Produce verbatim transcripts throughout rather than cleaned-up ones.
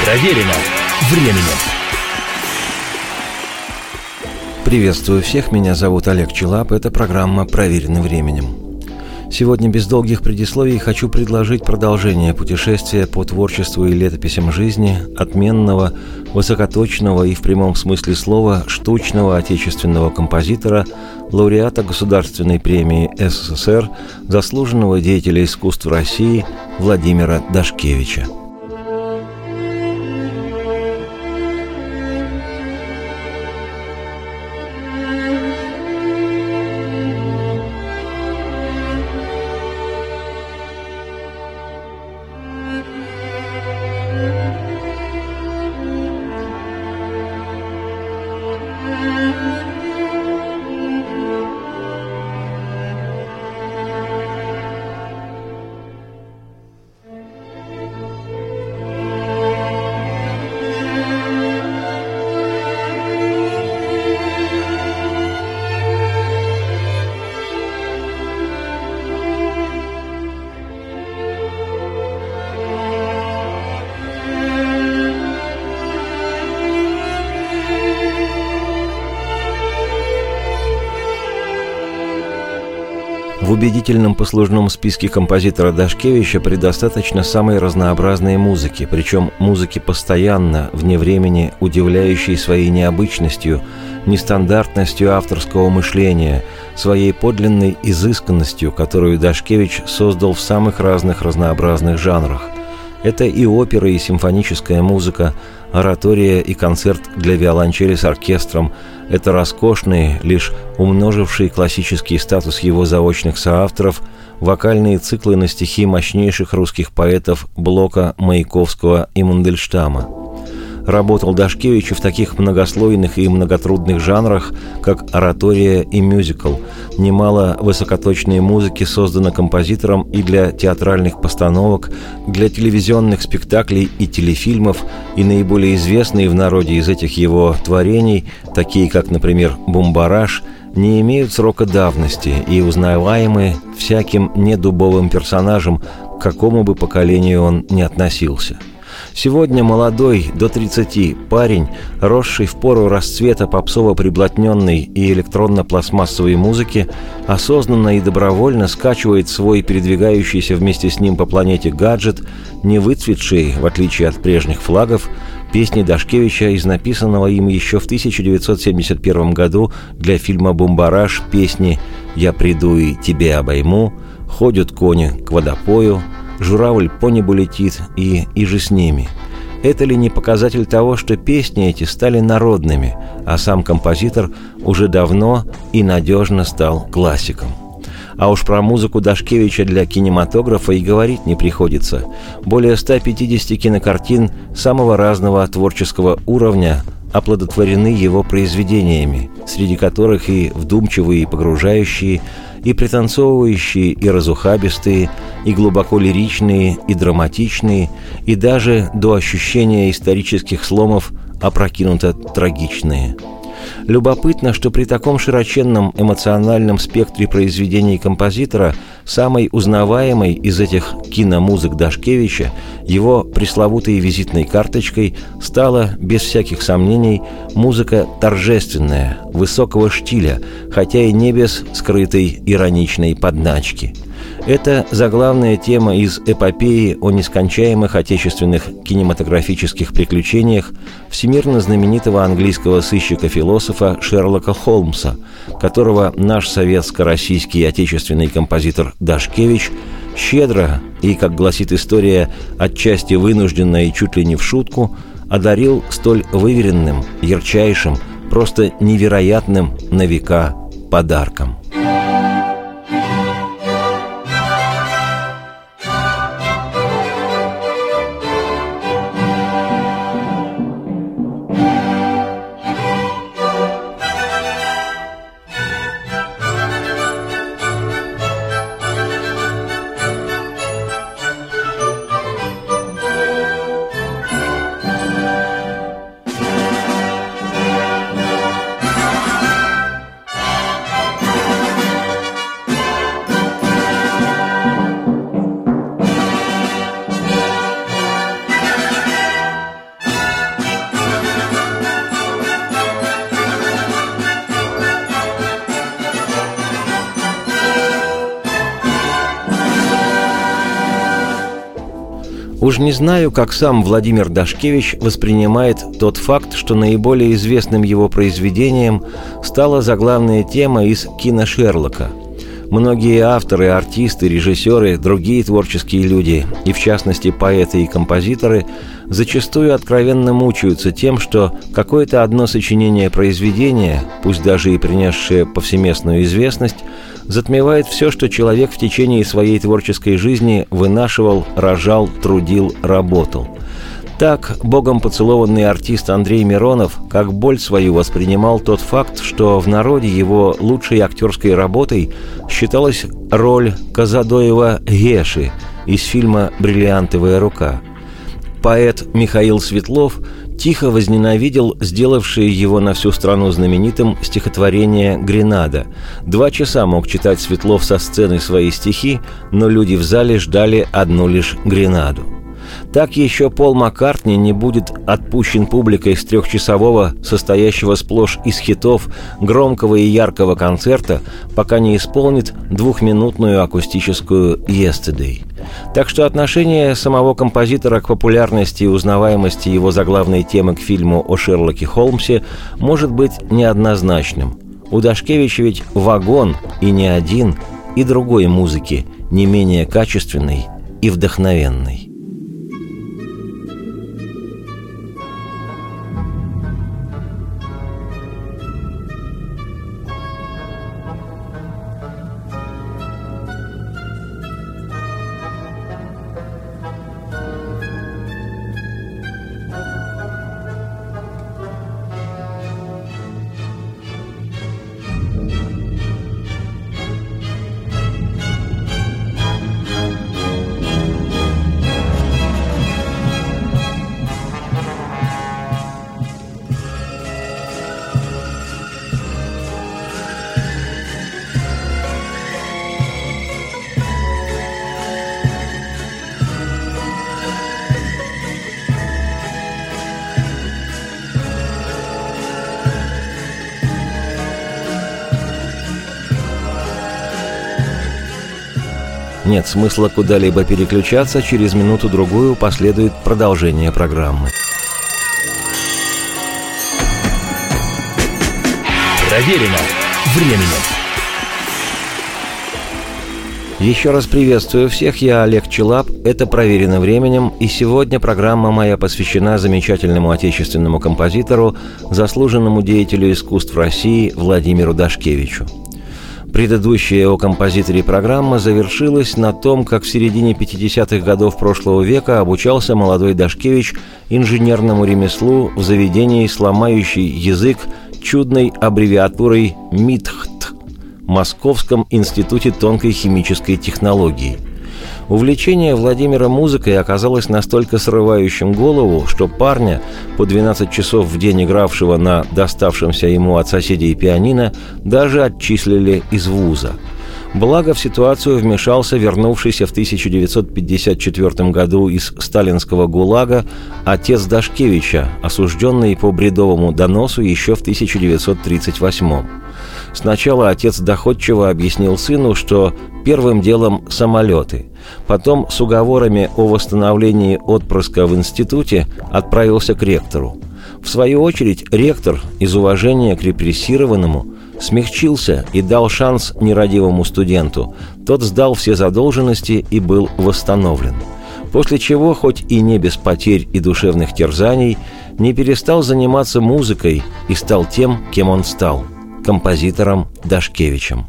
Проверено временем. Приветствую всех, меня зовут Олег Челап, это программа «Проверено временем». Сегодня без долгих предисловий хочу предложить продолжение путешествия по творчеству и летописям жизни отменного, высокоточного и в прямом смысле слова штучного отечественного композитора, лауреата Государственной премии СССР, заслуженного деятеля искусств России Владимира Дашкевича. В убедительном послужном списке композитора Дашкевича предостаточно самой разнообразной музыки, причем музыки постоянно, вне времени, удивляющей своей необычностью, нестандартностью авторского мышления, своей подлинной изысканностью, которую Дашкевич создал в самых разных разнообразных жанрах. Это и опера, и симфоническая музыка, оратория и концерт для виолончели с оркестром. Это роскошные, лишь умножившие классический статус его заочных соавторов, вокальные циклы на стихи мощнейших русских поэтов Блока, Маяковского и Мандельштама. Работал Дашкевич в таких многослойных и многотрудных жанрах, как оратория и мюзикл. Немало высокоточной музыки создано композитором и для театральных постановок, для телевизионных спектаклей и телефильмов, и наиболее известные в народе из этих его творений, такие как, например, «Бумбараш», не имеют срока давности и узнаваемы всяким недубовым персонажем, к какому бы поколению он ни относился. Сегодня молодой, до тридцати, парень, росший в пору расцвета попсово-приблотненной и электронно-пластмассовой музыки, осознанно и добровольно скачивает свой передвигающийся вместе с ним по планете гаджет, не выцветший, в отличие от прежних флагов, песни Дашкевича из написанного им еще в тысяча девятьсот семьдесят первом году для фильма «Бумбараш» песни «Я приду и тебе обойму», «Ходят кони к водопою», «Журавль по небу летит» и «Иже с ними». Это ли не показатель того, что песни эти стали народными, а сам композитор уже давно и надежно стал классиком? А уж про музыку Дашкевича для кинематографа и говорить не приходится. Более ста пятидесяти кинокартин самого разного творческого уровня оплодотворены его произведениями, среди которых и вдумчивые, и погружающие, и пританцовывающие, и разухабистые, и глубоко лиричные, и драматичные, и даже до ощущения исторических сломов опрокинуто трагичные. Любопытно, что при таком широченном эмоциональном спектре произведений композитора самой узнаваемой из этих киномузык Дашкевича, его пресловутой визитной карточкой, стала, без всяких сомнений, музыка торжественная, высокого штиля, хотя и не без скрытой ироничной подначки. Это заглавная тема из эпопеи о нескончаемых отечественных кинематографических приключениях всемирно знаменитого английского сыщика-философа Шерлока Холмса, которого наш советско-российский отечественный композитор Дашкевич щедро и, как гласит история, отчасти вынужденно и чуть ли не в шутку, одарил столь выверенным, ярчайшим, просто невероятным на века подарком. Уж не знаю, как сам Владимир Дашкевич воспринимает тот факт, что наиболее известным его произведением стала заглавная тема из кино «Шерлока». Многие авторы, артисты, режиссеры, другие творческие люди, и в частности поэты и композиторы, зачастую откровенно мучаются тем, что какое-то одно сочинение произведения, пусть даже и принесшее повсеместную известность, затмевает все, что человек в течение своей творческой жизни вынашивал, рожал, трудил, работал. Так, богом поцелованный артист Андрей Миронов как боль свою воспринимал тот факт, что в народе его лучшей актерской работой считалась роль Казадоева Геши из фильма «Бриллиантовая рука». Поэт Михаил Светлов тихо возненавидел сделавшее его на всю страну знаменитым стихотворение «Гренада». Два часа мог читать Светлов со сцены свои стихи, но люди в зале ждали одну лишь гренаду. Так еще Пол Маккартни не будет отпущен публикой с трехчасового, состоящего сплошь из хитов, громкого и яркого концерта, пока не исполнит двухминутную акустическую «Yesterday». Так что отношение самого композитора к популярности и узнаваемости его заглавной темы к фильму о Шерлоке Холмсе может быть неоднозначным. У Дашкевича ведь вагон и не один, и другой музыки, не менее качественной и вдохновенной. Нет смысла куда-либо переключаться, через минуту-другую последует продолжение программы. Проверено временем. Еще раз приветствую всех, я Олег Челап, это «Проверено временем», и сегодня программа моя посвящена замечательному отечественному композитору, заслуженному деятелю искусств России Владимиру Дашкевичу. Предыдущая о композиторе программа завершилась на том, как в середине пятидесятых годов прошлого века обучался молодой Дашкевич инженерному ремеслу в заведении, сломающей язык чудной аббревиатурой МИТХТ – Московском институте тонкой химической технологии. Увлечение Владимира музыкой оказалось настолько срывающим голову, что парня, по двенадцать часов в день игравшего на доставшемся ему от соседей пианино, даже отчислили из вуза. Благо в ситуацию вмешался вернувшийся в тысяча девятьсот пятьдесят четвёртом году из сталинского ГУЛАГа отец Дашкевича, осужденный по бредовому доносу еще в тысяча девятьсот тридцать восьмом. Сначала отец доходчиво объяснил сыну, что первым делом самолеты. Потом с уговорами о восстановлении отпрыска в институте отправился к ректору. В свою очередь ректор, из уважения к репрессированному, смягчился и дал шанс нерадивому студенту. Тот сдал все задолженности и был восстановлен. После чего, хоть и не без потерь и душевных терзаний, не перестал заниматься музыкой и стал тем, кем он стал – композитором Дашкевичем.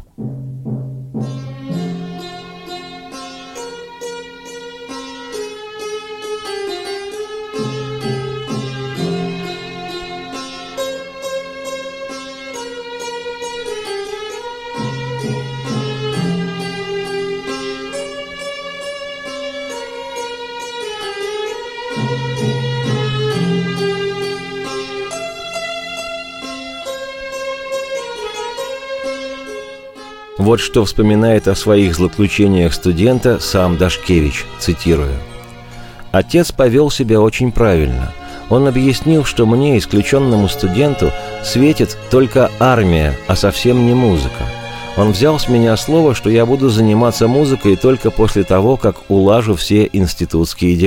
Вот что вспоминает о своих злоключениях студента сам Дашкевич, цитирую. «Отец повел себя очень правильно. Он объяснил, что мне, исключенному студенту, светит только армия, а совсем не музыка. Он взял с меня слово, что я буду заниматься музыкой только после того, как улажу все институтские дела.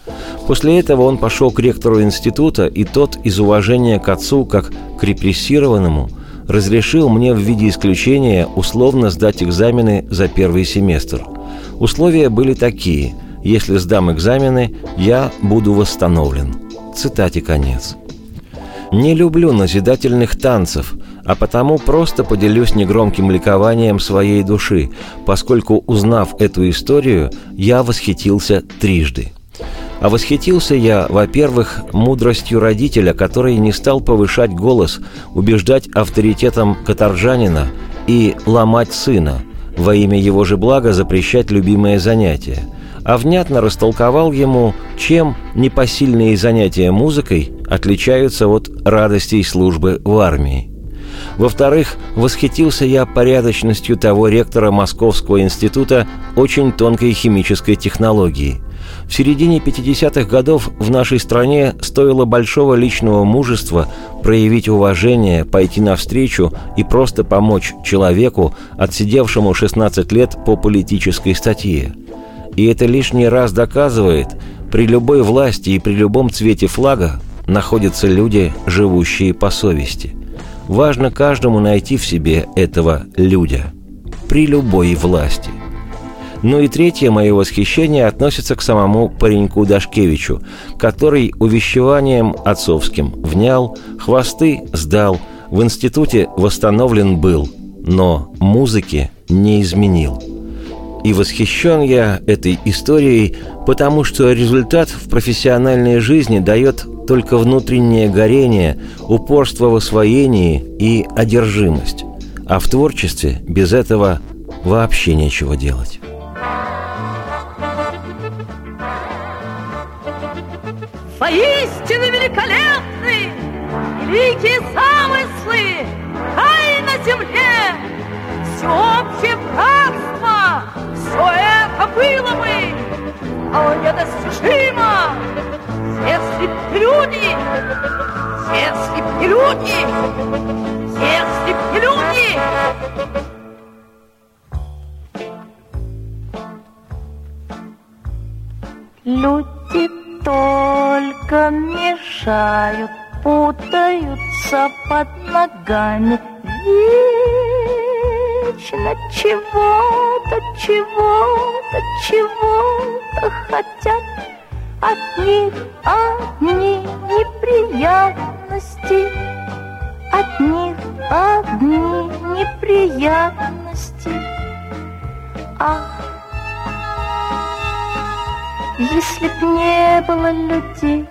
После этого он пошел к ректору института, и тот из уважения к отцу как к репрессированному разрешил мне в виде исключения условно сдать экзамены за первый семестр. Условия были такие: если сдам экзамены, я буду восстановлен. Цитате конец. Не люблю назидательных танцев, а потому просто поделюсь негромким ликованием своей души, поскольку, узнав эту историю, я восхитился трижды. А восхитился я, во-первых, мудростью родителя, который не стал повышать голос, убеждать авторитетом каторжанина и ломать сына, во имя его же блага запрещать любимое занятие, а внятно растолковал ему, чем непосильные занятия музыкой отличаются от радостей службы в армии. Во-вторых, восхитился я порядочностью того ректора Московского института очень тонкой химической технологии. В середине пятидесятых годов в нашей стране стоило большого личного мужества проявить уважение, пойти навстречу и просто помочь человеку, отсидевшему шестнадцать лет по политической статье. И это лишний раз доказывает, при любой власти и при любом цвете флага находятся люди, живущие по совести. Важно каждому найти в себе этого людя при любой власти. Ну и третье мое восхищение относится к самому пареньку Дашкевичу, который увещеванием отцовским внял, хвосты сдал, в институте восстановлен был, но музыки не изменил. И восхищен я этой историей, потому что результат в профессиональной жизни дает только внутреннее горение, упорство в освоении и одержимость. А в творчестве без этого вообще нечего делать. Поистине великолепны, великие замыслы, рай на земле, всеобщее братство, все это было бы, но недостижимо. Если б люди, если б люди, если б люди. Люди только мешают, путаются под ногами. Вечно чего-то, чего-то, чего-то хотят. От них одни неприятности, от них одни неприятности. Ах, если б не было людей.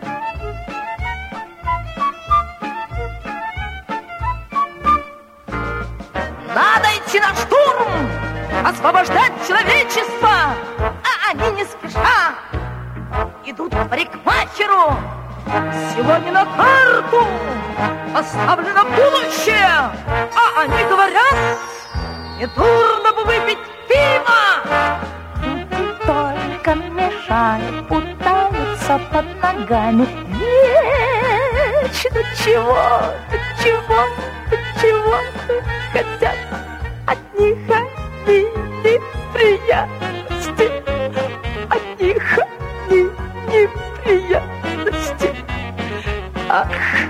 Надо идти на штурм, освобождать человечество, а они не спеша идут к парикмахеру. Сегодня на карту поставлено будущее, а они говорят, не дурно бы выпить пиво. Только мешают, путаются под ногами. Вечно чего-то, чего-то, чего-то хотят. От них одни неприятности, от них одни неприятности. Ах,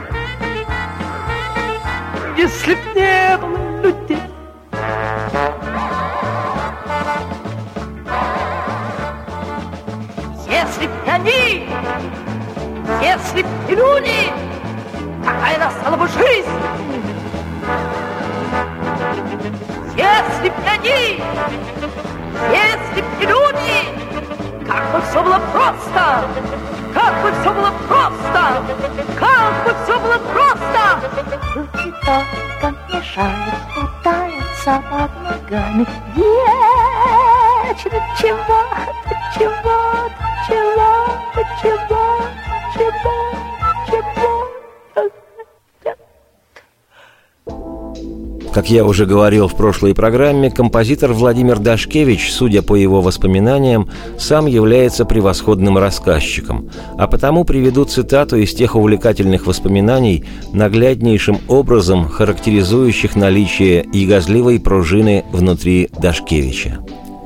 если б не было людей. Если б они, если б люди, какая настала бы жизнь. Если б они, если б люди, как бы все было просто, как бы все было просто, как бы все было просто. Люди только мешают, путаются под ногами. Вечно чего-то, чего-то, чего-то, чего-то, чего-то, чего-то. Как я уже говорил в прошлой программе, композитор Владимир Дашкевич, судя по его воспоминаниям, сам является превосходным рассказчиком, а потому приведу цитату из тех увлекательных воспоминаний, нагляднейшим образом характеризующих наличие ягозливой пружины внутри Дашкевича.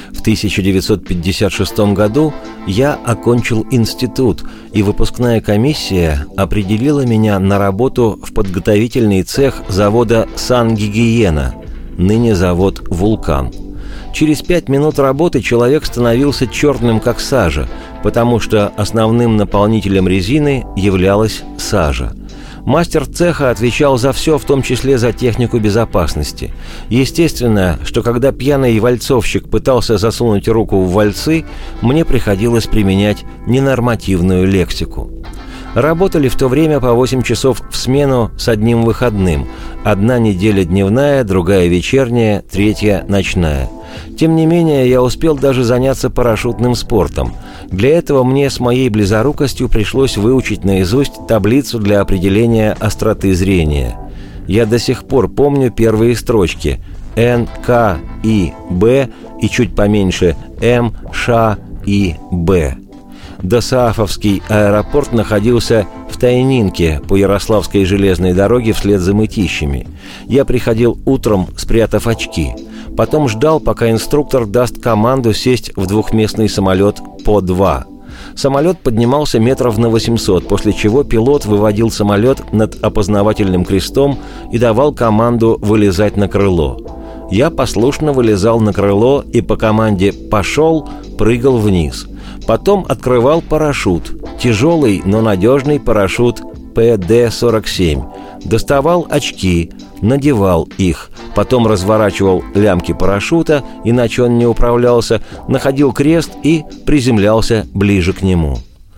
В тысяча девятьсот пятьдесят шестом году я окончил институт, и выпускная комиссия определила меня на работу в подготовительный цех завода «Сангигиена», ныне завод «Вулкан». Через пять минут работы человек становился черным, как сажа, потому что основным наполнителем резины являлась сажа. Мастер цеха отвечал за все, в том числе за технику безопасности. Естественно, что когда пьяный вальцовщик пытался засунуть руку в вальцы, мне приходилось применять ненормативную лексику. Работали в то время по восемь часов в смену с одним выходным. Одна неделя дневная, другая вечерняя, третья ночная. Тем не менее, я успел даже заняться парашютным спортом. Для этого мне с моей близорукостью пришлось выучить наизусть таблицу для определения остроты зрения. Я до сих пор помню первые строчки Н, К, И, Б и чуть поменьше М, Ш, И, Б. Досаафовский аэропорт находился в Тайнинке по Ярославской железной дороге вслед за мытищами. Я приходил утром, спрятав очки. Потом ждал, пока инструктор даст команду сесть в двухместный самолет По два. Самолет поднимался метров на восемьсот, после чего пилот выводил самолет над опознавательным крестом и давал команду вылезать на крыло. Я послушно вылезал на крыло и по команде «пошел» прыгал вниз. Потом открывал парашют, тяжелый, но надежный парашют Пэ Дэ сорок семь. Доставал очки, надевал их, потом разворачивал лямки парашюта, иначе он не управлялся, находил крест и приземлялся ближе к нему.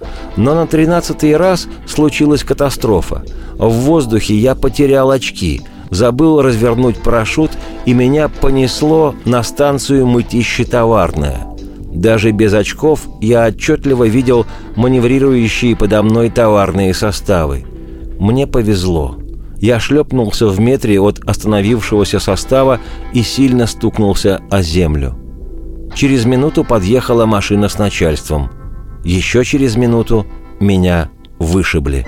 Но на тринадцатый раз случилась катастрофа. В воздухе я потерял очки, забыл развернуть парашют, и меня понесло на станцию Мытищи-Товарная. Даже без очков я отчетливо видел маневрирующие подо мной товарные составы. Мне повезло. Я шлепнулся в метре от остановившегося состава и сильно стукнулся о землю. Через минуту подъехала машина с начальством. Еще через минуту меня вышибли.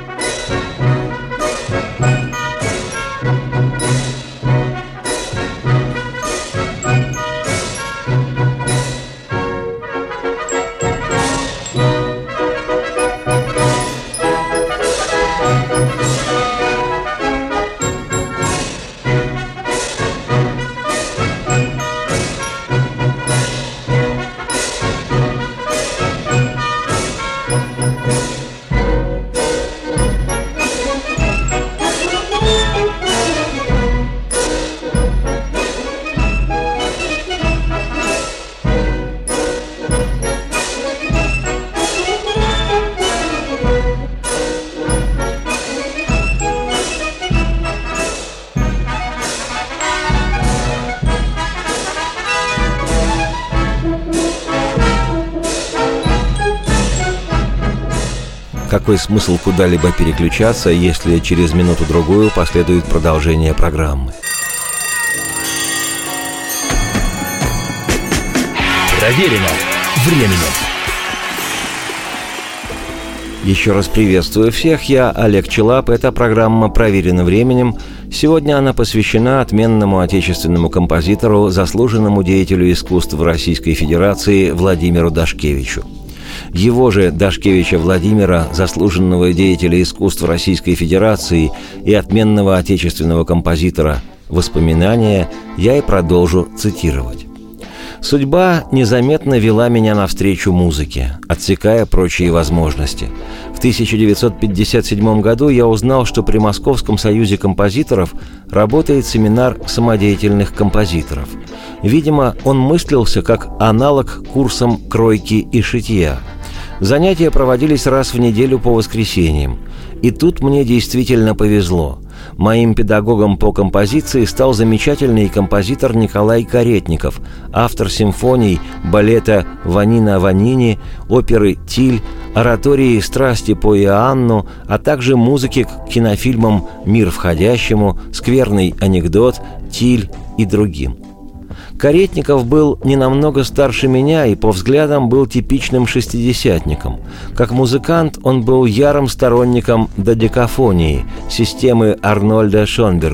Какой смысл куда-либо переключаться, если через минуту-другую последует продолжение программы? Проверено временем. Еще раз приветствую всех, я Олег Челап, это программа «Проверено временем». Сегодня она посвящена отменному отечественному композитору, заслуженному деятелю искусств Российской Федерации Владимиру Дашкевичу. Его же, Дашкевича Владимира, заслуженного деятеля искусств Российской Федерации и отменного отечественного композитора, воспоминания я и продолжу цитировать. «Судьба незаметно вела меня навстречу музыке, отсекая прочие возможности. В тысяча девятьсот пятьдесят седьмом году я узнал, что при Московском союзе композиторов работает семинар самодеятельных композиторов. Видимо, он мыслился как аналог курсам кройки и шитья. Занятия проводились раз в неделю по воскресеньям. И тут мне действительно повезло. Моим педагогом по композиции стал замечательный композитор Николай Каретников, автор симфоний, балета «Ванина Ванини», оперы «Тиль», оратории «Страсти по Иоанну», а также музыки к кинофильмам «Мир входящему», «Скверный анекдот», «Тиль» и другим. Каретников был не намного старше меня и по взглядам был типичным шестидесятником. Как музыкант он был ярым сторонником додекафонии, системы Арнольда Шонберга.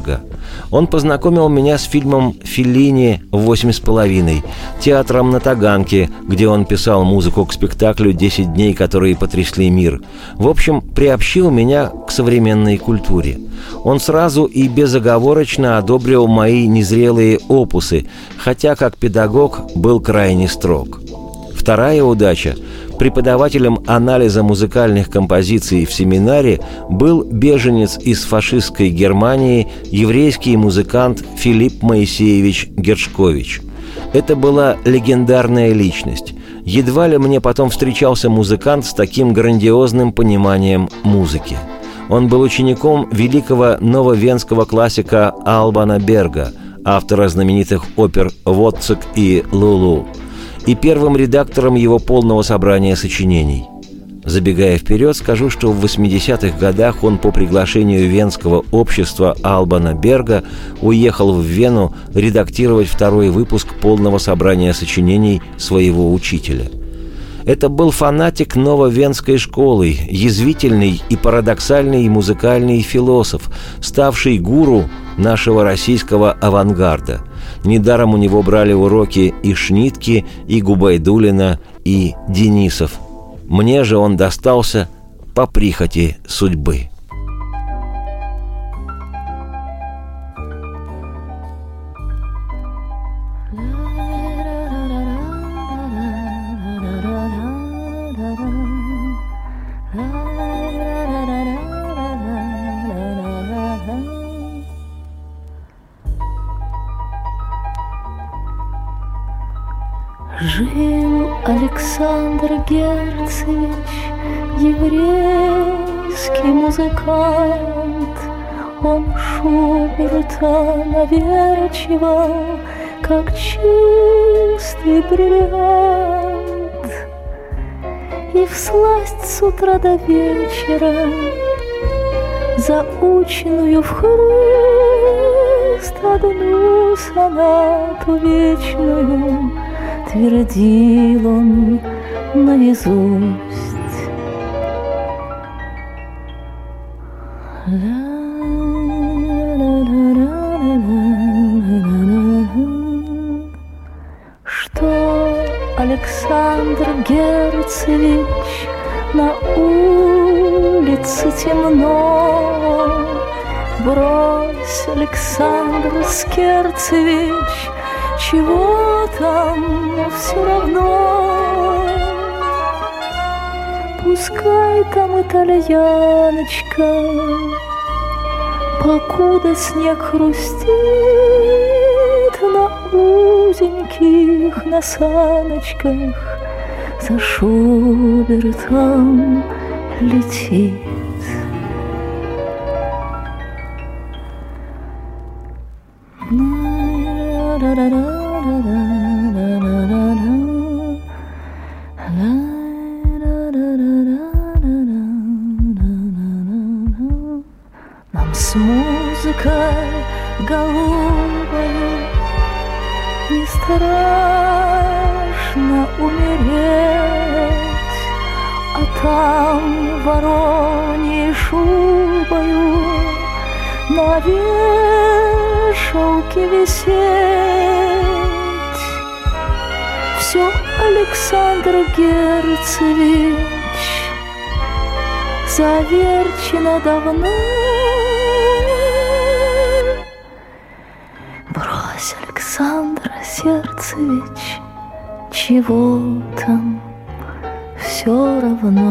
Он познакомил меня с фильмом «Феллини. Восемь с половиной», театром на Таганке, где он писал музыку к спектаклю «Десять дней, которые потрясли мир». В общем, приобщил меня к современной культуре. Он сразу и безоговорочно одобрил мои незрелые опусы, хотя как педагог был крайне строг. Вторая удача – преподавателем анализа музыкальных композиций в семинаре был беженец из фашистской Германии, еврейский музыкант Филипп Моисеевич Гершкович. Это была легендарная личность. Едва ли мне потом встречался музыкант с таким грандиозным пониманием музыки. Он был учеником великого нововенского классика Албана Берга, автора знаменитых опер «Вотцек» и «Лулу», и первым редактором его полного собрания сочинений. Забегая вперед, скажу, что в восьмидесятых годах он по приглашению Венского общества Албана Берга уехал в Вену редактировать второй выпуск полного собрания сочинений своего учителя. Это был фанатик нововенской школы, язвительный и парадоксальный музыкальный философ, ставший гуру нашего российского авангарда. Недаром у него брали уроки и Шнитке, и Губайдуллина, и Денисов. Мне же он достался по прихоти судьбы. Жил Александр Герцевич, еврейский музыкант. Он Шуберта наверчивал, как чистый бриллиант. И всласть с утра до вечера заученную в хруст одну сонату вечную твердил он наизусть. Что Александр Герцевич на улице темно? Брось, Александр Скерцевич, чего там, все равно. Пускай там итальяночка, покуда снег хрустит на узеньких насаночках, за Шубертом летит. Нам с музыкой голубой не страшно умереть, а там вороньей шубою на вешалке висеть. Все Александр Герцевич заверчено давно. Брось, Александр Сердцевич, чего там, все равно.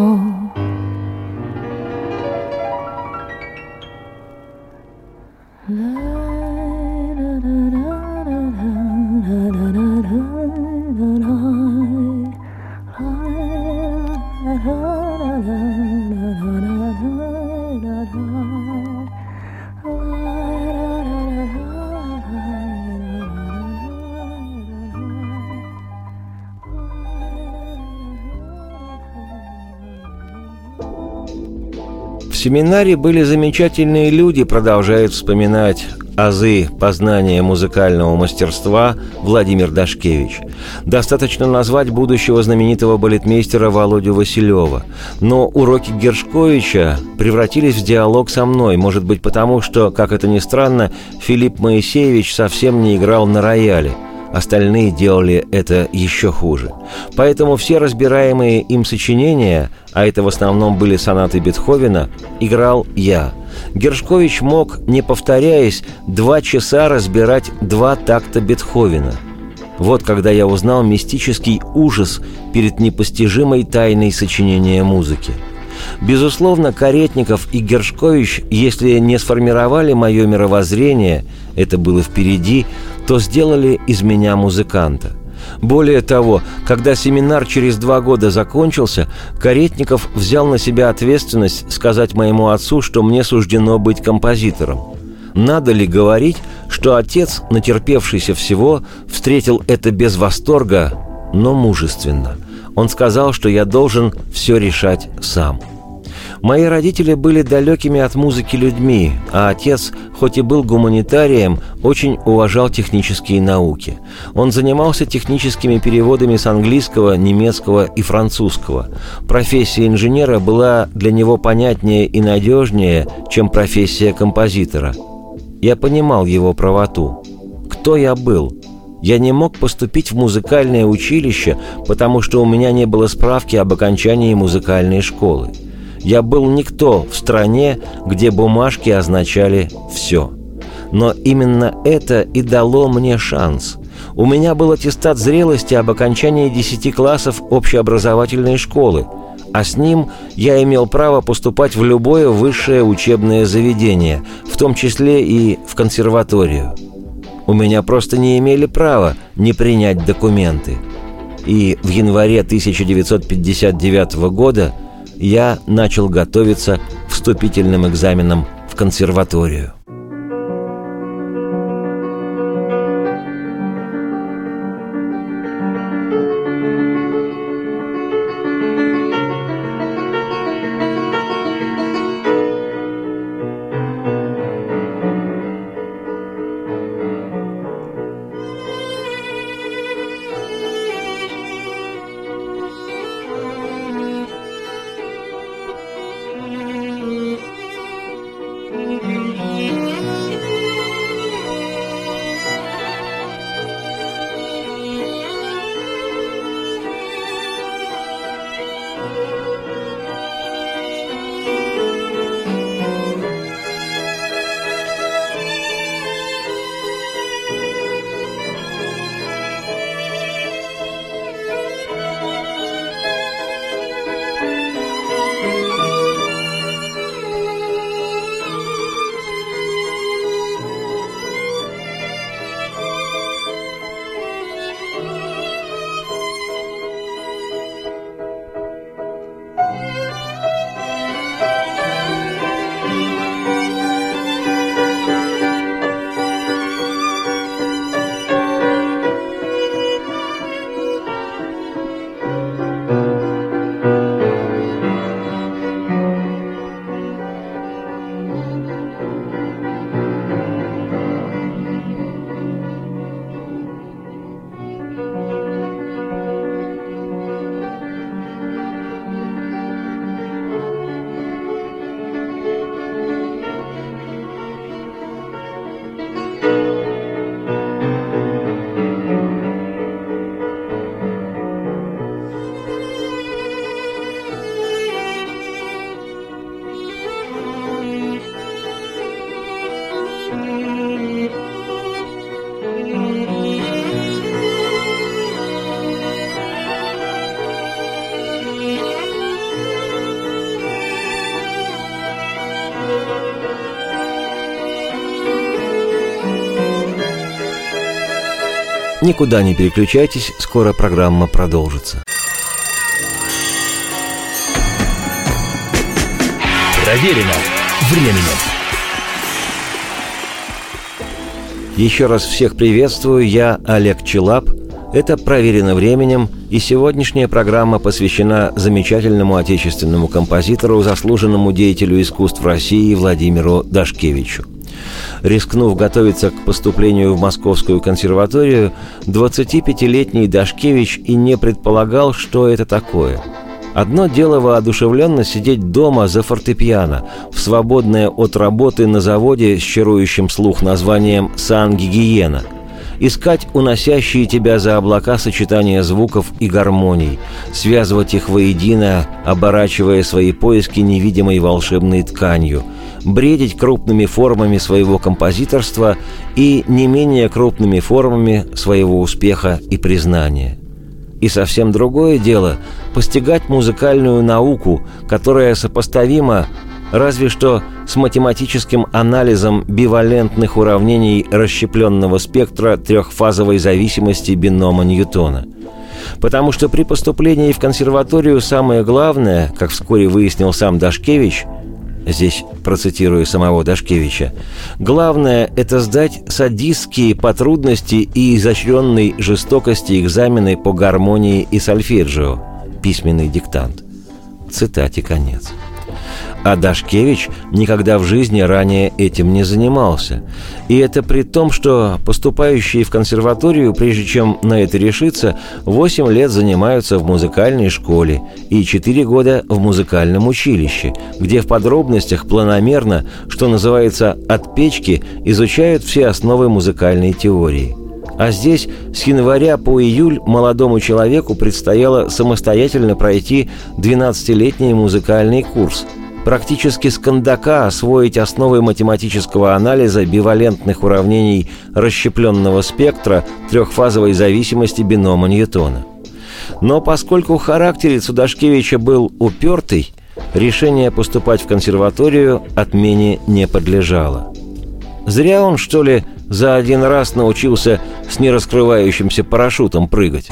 В семинаре были замечательные люди, продолжает вспоминать азы познания музыкального мастерства Владимир Дашкевич. Достаточно назвать будущего знаменитого балетмейстера Володю Василева. Но уроки Гершковича превратились в диалог со мной, может быть потому, что, как это ни странно, Филипп Моисеевич совсем не играл на рояле. Остальные делали это еще хуже. Поэтому все разбираемые им сочинения, а это в основном были сонаты Бетховена, играл я. Гершкович мог, не повторяясь, два часа разбирать два такта Бетховена. Вот когда я узнал мистический ужас перед непостижимой тайной сочинения музыки. Безусловно, Каретников и Гершкович, если не сформировали мое мировоззрение, это было впереди, то сделали из меня музыканта. Более того, когда семинар через два года закончился, Каретников взял на себя ответственность сказать моему отцу, что мне суждено быть композитором. Надо ли говорить, что отец, натерпевшийся всего, встретил это без восторга, но мужественно. Он сказал, что я должен все решать сам. Мои родители были далекими от музыки людьми, а отец, хоть и был гуманитарием, очень уважал технические науки. Он занимался техническими переводами с английского, немецкого и французского. Профессия инженера была для него понятнее и надежнее, чем профессия композитора. Я понимал его правоту. Кто я был? Я не мог поступить в музыкальное училище, потому что у меня не было справки об окончании музыкальной школы. Я был никто в стране, где бумажки означали все. Но именно это и дало мне шанс. У меня был аттестат зрелости об окончании десяти классов общеобразовательной школы, а с ним я имел право поступать в любое высшее учебное заведение, в том числе и в консерваторию. У меня просто не имели права не принять документы. И в январе тысяча девятьсот пятьдесят девятого года я начал готовиться к вступительным экзаменам в консерваторию. Никуда не переключайтесь, скоро программа продолжится. Проверено временем. Еще раз всех приветствую, я Олег Челап. Это «Проверено временем», и сегодняшняя программа посвящена замечательному отечественному композитору, заслуженному деятелю искусств России Владимиру Дашкевичу. Рискнув готовиться к поступлению в Московскую консерваторию, двадцатипятилетний Дашкевич и не предполагал, что это такое. Одно дело воодушевленно сидеть дома за фортепиано, в свободное от работы на заводе с чарующим слух названием «Сан-Гигиена», искать уносящие тебя за облака сочетания звуков и гармоний, связывать их воедино, оборачивая свои поиски невидимой волшебной тканью, бредить крупными формами своего композиторства и не менее крупными формами своего успеха и признания. И совсем другое дело – постигать музыкальную науку, которая сопоставима разве что с математическим анализом бивалентных уравнений расщепленного спектра трехфазовой зависимости бинома Ньютона. Потому что при поступлении в консерваторию самое главное, как вскоре выяснил сам Дашкевич, здесь процитирую самого Дашкевича, главное – это сдать садистские по трудности и изощренной жестокости экзамены по гармонии и сольфеджио, письменный диктант. Цитате конец. А Дашкевич никогда в жизни ранее этим не занимался. И это при том, что поступающие в консерваторию, прежде чем на это решиться, восемь лет занимаются в музыкальной школе и четыре года в музыкальном училище, где в подробностях планомерно, что называется, от печки, изучают все основы музыкальной теории. А здесь с января по июль молодому человеку предстояло самостоятельно пройти двенадцатилетний музыкальный курс, практически с кондака освоить основы математического анализа бивалентных уравнений расщепленного спектра трехфазовой зависимости бинома Ньютона. Но поскольку характерец у Дашкевича был упертый, решение поступать в консерваторию отмене не подлежало. Зря он, что ли, за один раз научился с нераскрывающимся парашютом прыгать.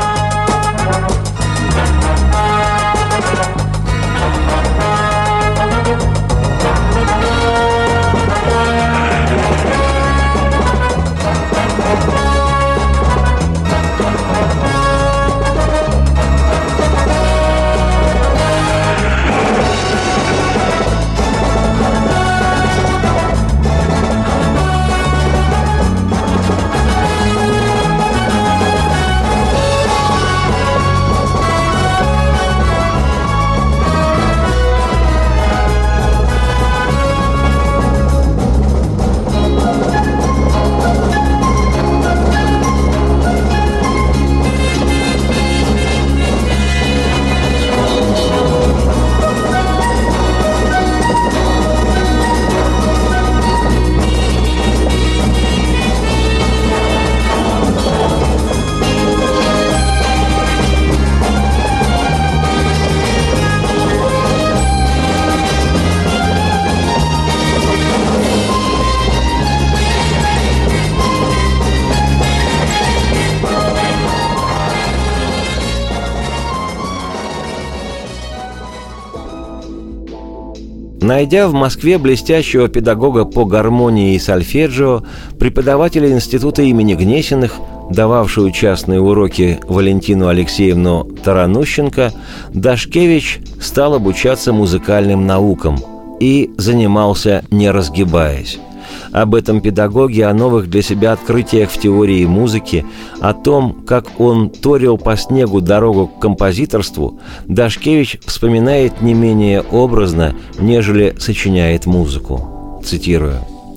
Найдя в Москве блестящего педагога по гармонии и сольфеджио, преподавателя института имени Гнесиных, дававшую частные уроки Валентину Алексеевну Таранущенко, Дашкевич стал обучаться музыкальным наукам и занимался не разгибаясь. Об этом педагоге, о новых для себя открытиях в теории музыки, о том, как он торил по снегу дорогу к композиторству, Дашкевич вспоминает не менее образно, нежели сочиняет музыку. Цитирую.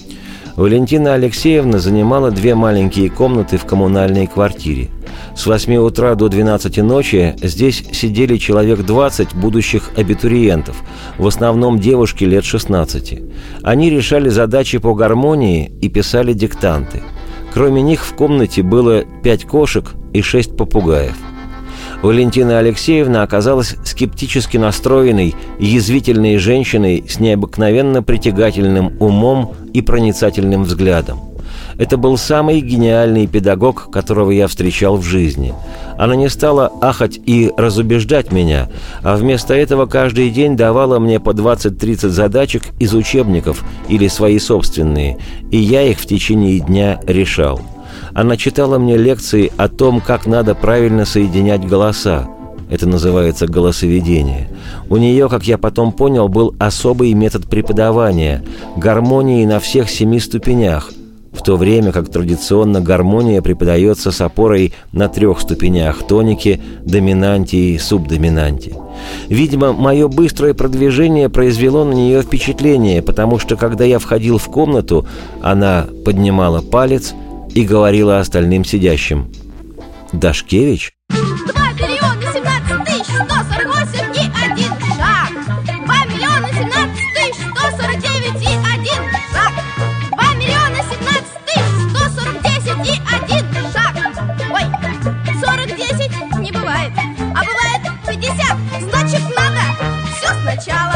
Валентина Алексеевна занимала две маленькие комнаты в коммунальной квартире. С восьми утра до двенадцати ночи здесь сидели человек двадцать будущих абитуриентов, в основном девушки лет шестнадцати. Они решали задачи по гармонии и писали диктанты. Кроме них в комнате было пять кошек и шесть попугаев. Валентина Алексеевна оказалась скептически настроенной, язвительной женщиной с необыкновенно притягательным умом и проницательным взглядом. Это был самый гениальный педагог, которого я встречал в жизни. Она не стала ахать и разубеждать меня, а вместо этого каждый день давала мне по двадцать-тридцать задачек из учебников или свои собственные, и я их в течение дня решал. Она читала мне лекции о том, как надо правильно соединять голоса, Это называется голосоведение. У нее, как я потом понял, был особый метод преподавания – гармонии на всех семи ступенях, в то время как традиционно гармония преподается с опорой на трех ступенях – тонике, доминанте и субдоминанте. Видимо, мое быстрое продвижение произвело на нее впечатление, потому что, когда я входил в комнату, она поднимала палец и говорила остальным сидящим: «Дашкевич?» Два миллиона семнадцать тысяч сто сорок восемь и один шаг. Два миллиона семнадцать тысяч сто сорок девять и один шаг. Два миллиона семнадцать тысяч сто сорок десять и один шаг. Ой, сорок десять не бывает, а бывает пятьдесят. Значит, надо все сначала.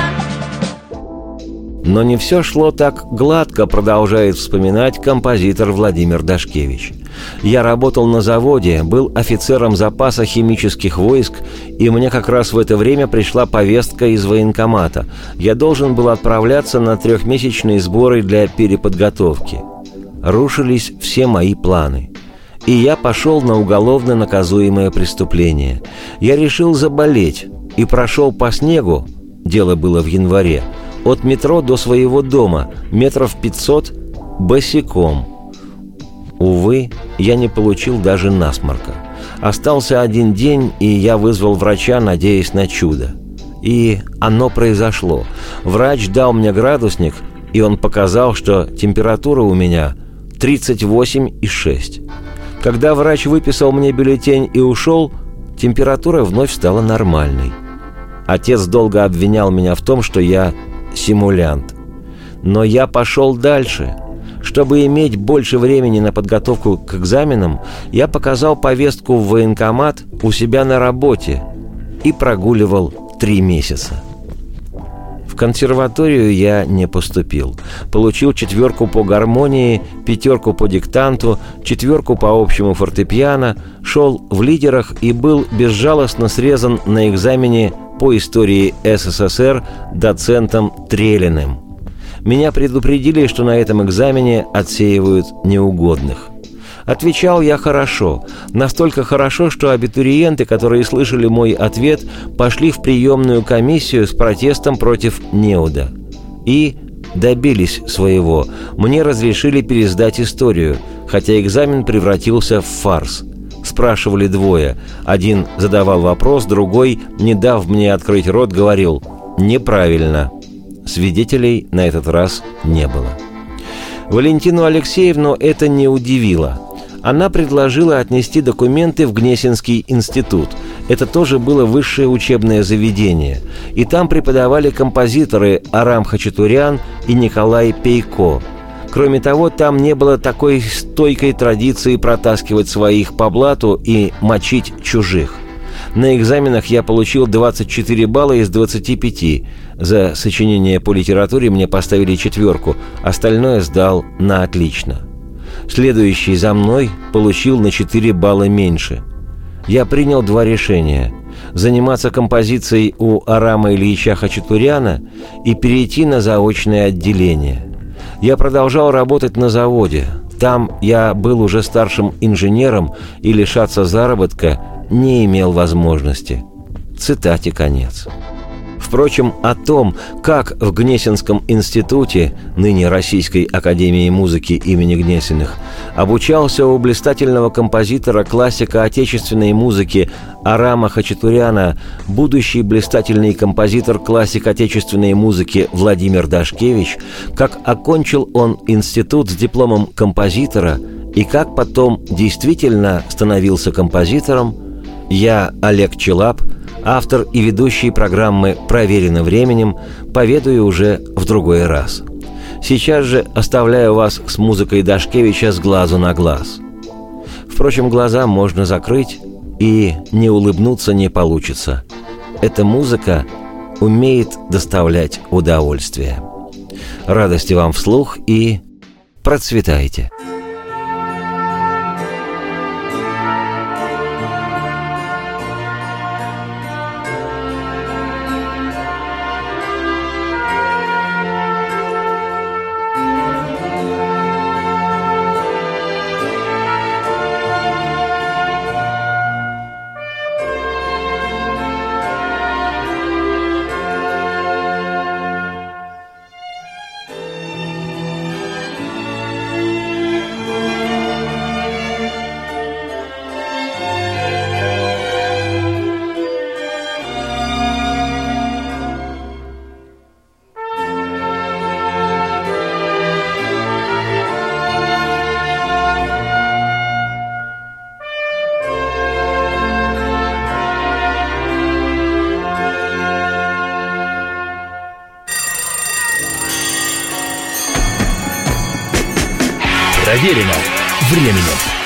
Но не все шло так гладко, продолжает вспоминать композитор Владимир Дашкевич. Я работал на заводе, был офицером запаса химических войск, и мне как раз в это время пришла повестка из военкомата. Я должен был отправляться на трехмесячные сборы для переподготовки. Рушились все мои планы. И я пошел на уголовно наказуемое преступление. Я решил заболеть и прошел по снегу, дело было в январе, от метро до своего дома, метров пятьсот, босиком. Увы, я не получил даже насморка. Остался один день, и я вызвал врача, надеясь на чудо. И оно произошло. Врач дал мне градусник, и он показал, что температура у меня тридцать восемь и шесть. Когда врач выписал мне бюллетень и ушел, температура вновь стала нормальной. Отец долго обвинял меня в том, что я симулянт. Но я пошел дальше. Чтобы иметь больше времени на подготовку к экзаменам, я показал повестку в военкомат у себя на работе и прогуливал три месяца. В консерваторию я не поступил. Получил четверку по гармонии, пятерку по диктанту, четверку по общему фортепиано, шел в лидерах и был безжалостно срезан на экзамене по истории СССР доцентом Трелиным. Меня предупредили, что на этом экзамене отсеивают неугодных. Отвечал я хорошо. Настолько хорошо, что абитуриенты, которые слышали мой ответ, пошли в приемную комиссию с протестом против неуда. И добились своего. Мне разрешили пересдать историю, хотя экзамен превратился в фарс. Спрашивали двое. Один задавал вопрос, другой, не дав мне открыть рот, говорил: «Неправильно». Свидетелей на этот раз не было. Валентину Алексеевну это не удивило. Она предложила отнести документы в Гнесинский институт. Это тоже было высшее учебное заведение. И там преподавали композиторы Арам Хачатурян и Николай Пейко. Кроме того, там не было такой стойкой традиции протаскивать своих по блату и мочить чужих. На экзаменах я получил двадцать четыре балла из двадцати пяти. За сочинение по литературе мне поставили четверку, остальное сдал на отлично. Следующий за мной получил на четыре балла меньше. Я принял два решения: заниматься композицией у Арама Ильича Хачатуряна и перейти на заочное отделение. Я продолжал работать на заводе. Там я был уже старшим инженером и лишаться заработка не имел возможности. Цитате конец. Впрочем, о том, как в Гнесинском институте, ныне Российской академии музыки имени Гнесиных, обучался у блистательного композитора, классика отечественной музыки Арама Хачатуряна будущий блистательный композитор, классик отечественной музыки Владимир Дашкевич, как окончил он институт с дипломом композитора и как потом действительно становился композитором, я, Олег Челап, автор и ведущий программы «Проверено временем», поведаю уже в другой раз. Сейчас же оставляю вас с музыкой Дашкевича с глазу на глаз. Впрочем, глаза можно закрыть, и не улыбнуться не получится. Эта музыка умеет доставлять удовольствие. Радости вам вслух и процветайте! Проверено временем.